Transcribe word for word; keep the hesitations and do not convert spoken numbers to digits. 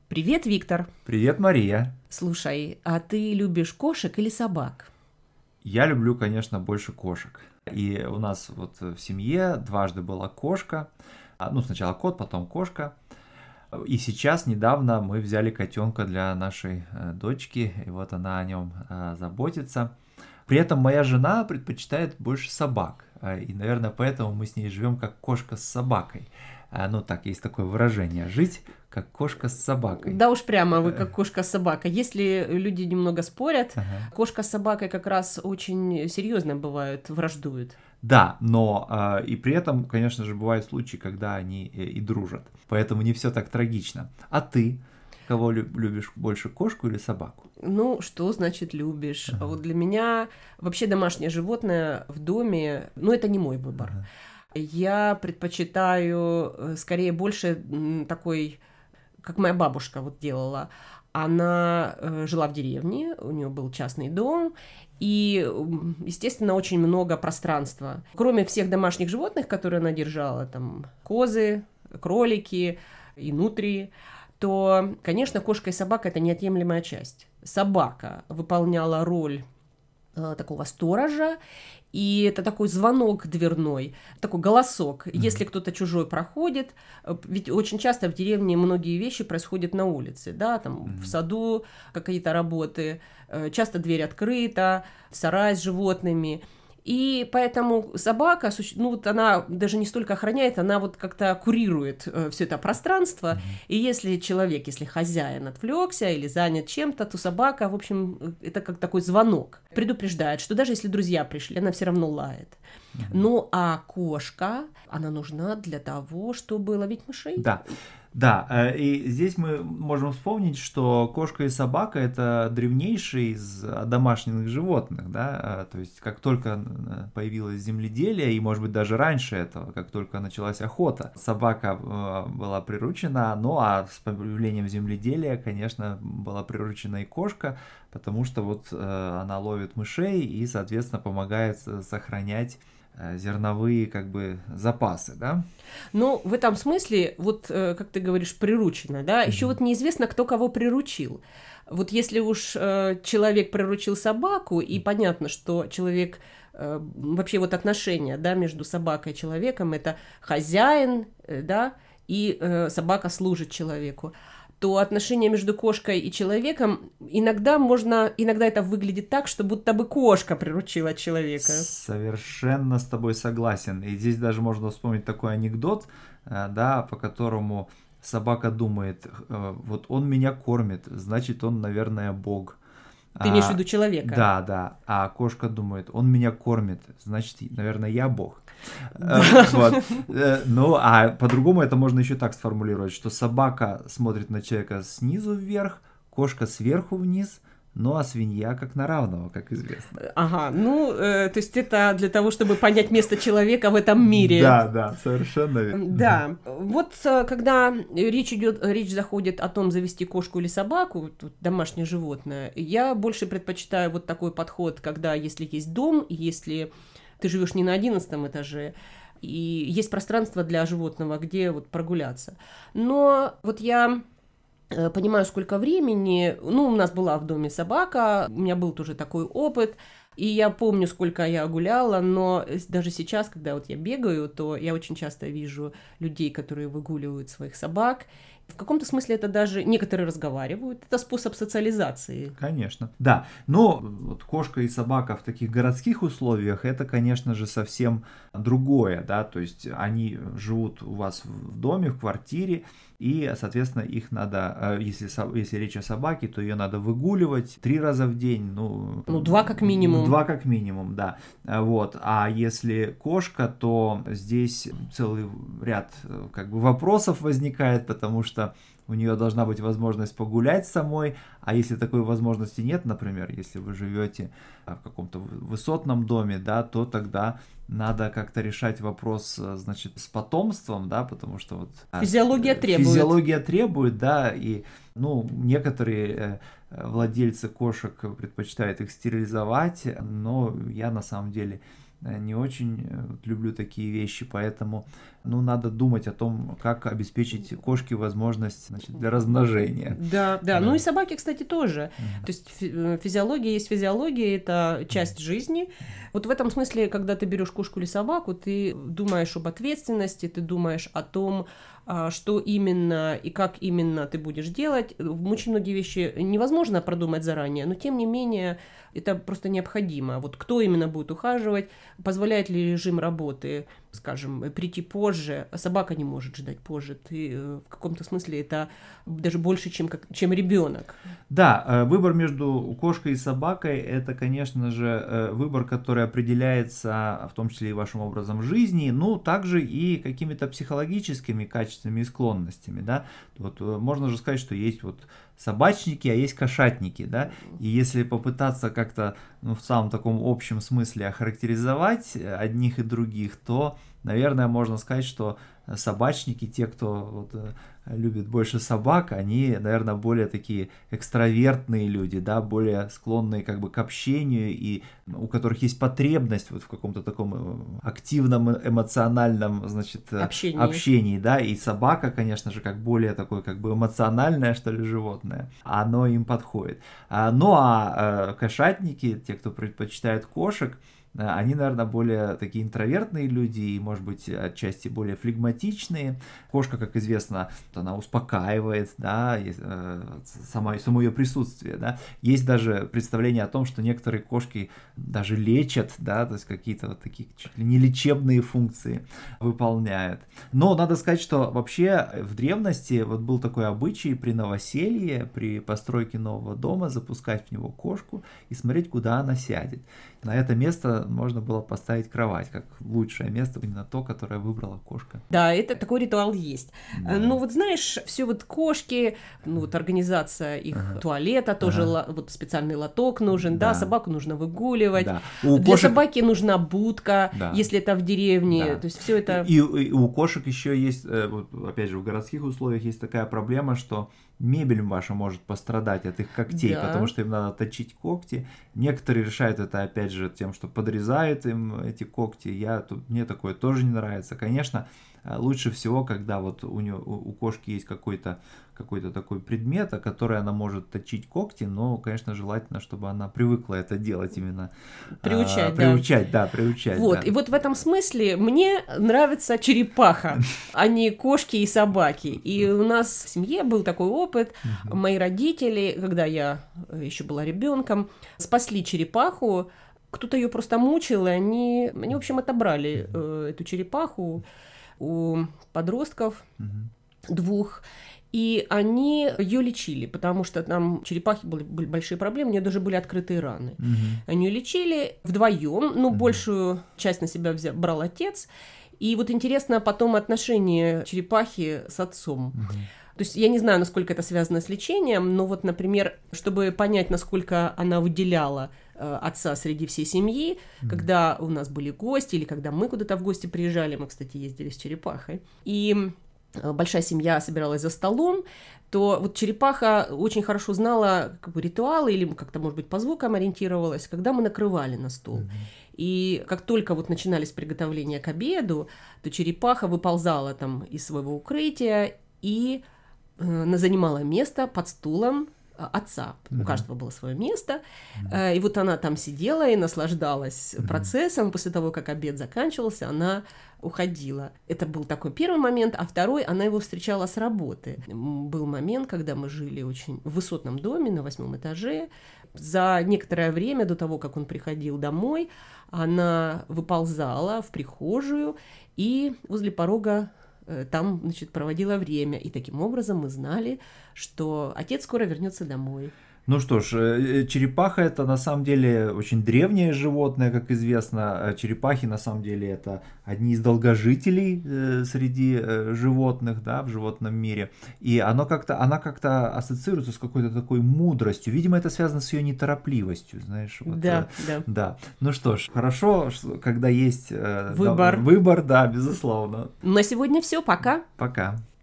Привет, Виктор. Привет, Мария. Слушай, а ты любишь кошек или собак? Я люблю, конечно, больше кошек. И у нас вот в семье дважды была кошка. А, Ну, сначала кот, потом кошка. И сейчас недавно мы взяли котенка для нашей э, дочки, и вот она о нем э, заботится. При этом моя жена предпочитает больше собак. э, И, наверное, поэтому мы с ней живем как кошка с собакой. Э, Ну, так, есть такое выражение: жить как кошка с собакой. Да уж прямо вы как кошка с собакой. Если люди немного спорят, Ага. кошка с собакой как раз очень серьезно бывают, враждуют. Да, но э, и при этом, конечно же, бывают случаи, когда они э, и дружат. Поэтому не все так трагично. А ты кого лю- любишь больше, кошку или собаку? Ну, что значит любишь? А Ага, вот для меня вообще домашнее животное в доме, ну, это не мой выбор. ага, Я предпочитаю э, скорее больше м, такой, как моя бабушка вот делала. Она э, жила в деревне, у нее был частный дом, и, м, естественно, очень много пространства. Кроме всех домашних животных, которые она держала, там козы, кролики и нутрии, то, конечно, кошка и собака – это неотъемлемая часть. Собака выполняла роль э, такого сторожа, и это такой звонок дверной, такой голосок. Если мгм, кто-то чужой проходит, э, ведь очень часто в деревне многие вещи происходят на улице, да, там в мгм. саду какие-то работы, э, часто дверь открыта, сарай с животными. И поэтому собака, суще- ну вот она даже не столько охраняет, она вот как-то курирует все это пространство. Мгм. И если человек, если хозяин отвлекся или занят чем-то, то собака, в общем, это как такой звонок. Предупреждает, что даже если друзья пришли, она все равно лает. Мгм. Ну а кошка, она нужна для того, чтобы ловить мышей. Да, да, э, и здесь мы можем вспомнить, что кошка и собака — это древнейшие из домашних животных, да, э, то есть как только э, появилось земледелие, и, может быть, даже раньше этого, как только началась охота, собака э, была приручена, ну а с появлением земледелия, конечно, была приручена и кошка, потому что вот э, она ловит мышей и, соответственно, помогает э, сохранять э, зерновые, как бы, запасы, да? Но в этом смысле, вот э, как ты говоришь, приручено, да, еще Мгм. вот неизвестно, кто кого приручил. Вот если уж э, человек приручил собаку, и понятно, что человек э, вообще вот отношения, да, между собакой и человеком, это хозяин, э, да, и э, собака служит человеку, то отношения между кошкой и человеком иногда можно, иногда это выглядит так, что будто бы кошка приручила человека. Совершенно с тобой согласен. И здесь даже можно вспомнить такой анекдот, э, да, по которому собака думает: э, вот он меня кормит, значит, он, наверное, бог. Ты имеешь в А, виду человека? да, да. А кошка думает: он меня кормит, значит, наверное, я бог. Э, Да. Вот. Э, Ну, а по-другому это можно еще так сформулировать, что собака смотрит на человека снизу вверх, кошка сверху вниз, ну а свинья как на равного, как известно. Ага, ну, э, то есть это для того, чтобы понять место человека в этом мире. Да, да, совершенно верно. Мгм. Да, вот э, когда речь идет, речь заходит о том, завести кошку или собаку, вот тут домашнее животное, я больше предпочитаю вот такой подход, когда если есть дом, и если ты живешь не на одиннадцатом этаже, и есть пространство для животного, где вот прогуляться. Но вот я э, понимаю, сколько времени. Ну, у нас была в доме собака, у меня был тоже такой опыт, и я помню, сколько я гуляла, но с- даже сейчас, когда вот я бегаю, то я очень часто вижу людей, которые выгуливают своих собак. В каком-то смысле это даже некоторые разговаривают. Это способ социализации. Конечно. Да, но вот кошка и собака в таких городских условиях — это, конечно же, совсем другое, да, то есть они живут у вас в доме, в квартире, и, соответственно, их надо, э, если, со- если речь о собаке, то ее надо выгуливать три раза в день, ну, Ну, два как м, минимум. два как минимум, да, Э, вот, а если кошка, то здесь целый ряд, э, как бы, вопросов возникает, потому что у нее должна быть возможность погулять самой, а если такой возможности нет, например, если вы живете а, в каком-то вы- высотном доме, да, то тогда надо как-то решать вопрос, э, значит, с потомством, да, потому что вот а, Физиология э, требует. физиология требует, да, и, ну, некоторые э, владельцы кошек предпочитают их стерилизовать, но я на самом деле не очень люблю такие вещи, поэтому ну, надо думать о том, как обеспечить кошке возможность, значит, для размножения. Да, да, да. Ну и собаки, кстати, тоже. Mm-hmm. То есть физиология есть физиология, это часть mm-hmm. жизни. Вот в этом смысле, когда ты берешь кошку или собаку, ты думаешь об ответственности, ты думаешь о том, что именно и как именно ты будешь делать. Очень многие вещи невозможно продумать заранее, но тем не менее это просто необходимо. Вот кто именно будет ухаживать, позволяет ли режим работы, скажем, прийти позже, а собака не может ждать позже. Ты в каком-то смысле это даже больше, чем, как, чем ребенок. Да, выбор между кошкой и собакой – это, конечно же, выбор, который определяется в том числе и вашим образом жизни, но также и какими-то психологическими качествами и склонностями. Да? Вот можно же сказать, что есть вот собачники, а есть кошатники, да, и если попытаться как-то, ну, в самом таком общем смысле охарактеризовать одних и других, то, наверное, можно сказать, что собачники, те, кто вот, любит больше собак, они, наверное, более такие экстравертные люди, да, более склонные как бы к общению и у которых есть потребность вот в каком-то таком активном эмоциональном, значит, общении. общении, да, и собака, конечно же, как более такое как бы эмоциональное, что ли, животное, оно им подходит. Ну а кошатники, те, кто предпочитает кошек, они, наверное, более такие интровертные люди и, может быть, отчасти более флегматичные. Кошка, как известно, она успокаивает, да, само, само ее присутствие, да. Есть даже представление о том, что некоторые кошки даже лечат, да, то есть какие-то вот такие чуть ли не лечебные функции выполняют. Но надо сказать, что вообще в древности вот был такой обычай при новоселье, при постройке нового дома запускать в него кошку и смотреть, куда она сядет. На это место можно было поставить кровать, как лучшее место, именно то, которое выбрала кошка. Да, это такой ритуал есть. Да. Ну вот знаешь, все вот кошки, ну вот организация их ага. туалета, тоже ага. вот специальный лоток нужен, да, да собаку нужно выгуливать. Да. У Для кошек... собаки нужна будка, да. если это в деревне, да. то есть все это... И, и у кошек еще есть, вот, опять же, в городских условиях есть такая проблема, что мебель ваша может пострадать от их когтей, да. потому что им надо точить когти. Некоторые решают это, опять же, тем, что подрезают им эти когти. Я, тут, мне такое тоже не нравится. Конечно, лучше всего, когда вот у, нее, у кошки есть какой-то какой-то такой предмет, о который она может точить когти, но, конечно, желательно, чтобы она привыкла это делать именно. Приучать, а, приучать, да. да, приучать. Вот, да. И вот в этом смысле мне нравится черепаха, а не кошки и собаки. И у нас в семье был такой опыт. Мои родители, когда я еще была ребенком, спасли черепаху. Кто-то ее просто мучил, и они, они в общем, отобрали э, эту черепаху у подростков двух. И они ее лечили, потому что там у черепахи были, были большие проблемы, у нее даже были открытые раны. Uh-huh. Они ее лечили вдвоем, ну, uh-huh. большую часть на себя взял, брал отец. И вот интересно потом отношение черепахи с отцом. Uh-huh. То есть я не знаю, насколько это связано с лечением, но вот, например, чтобы понять, насколько она выделяла э, отца среди всей семьи, uh-huh. когда у нас были гости или когда мы куда-то в гости приезжали, мы, кстати, ездили с черепахой, и большая семья собиралась за столом, то вот черепаха очень хорошо знала как бы ритуалы или как-то, может быть, по звукам ориентировалась, когда мы накрывали на стол. Mm-hmm. И как только вот начинались приготовления к обеду, то черепаха выползала там из своего укрытия и э, занимала место под стулом отца. Mm-hmm. У каждого было свое место. Mm-hmm. И вот она там сидела и наслаждалась mm-hmm. процессом. После того, как обед заканчивался, она уходила. Это был такой первый момент, а второй, она его встречала с работы. Был момент, когда мы жили очень в высотном доме на восьмом этаже. За некоторое время до того, как он приходил домой, она выползала в прихожую и возле порога там, значит, проводила время. И таким образом мы знали, что отец скоро вернется домой. Ну что ж, черепаха это на самом деле очень древнее животное, как известно. Черепахи на самом деле это одни из долгожителей э, среди э, животных, да, в животном мире. И оно как-то, она как-то ассоциируется с какой-то такой мудростью. Видимо, это связано с ее неторопливостью, знаешь. Вот, да, э, да. да. Ну что ж, хорошо, когда есть э, выбор. Да, выбор, да, безусловно. На сегодня все, пока. Пока.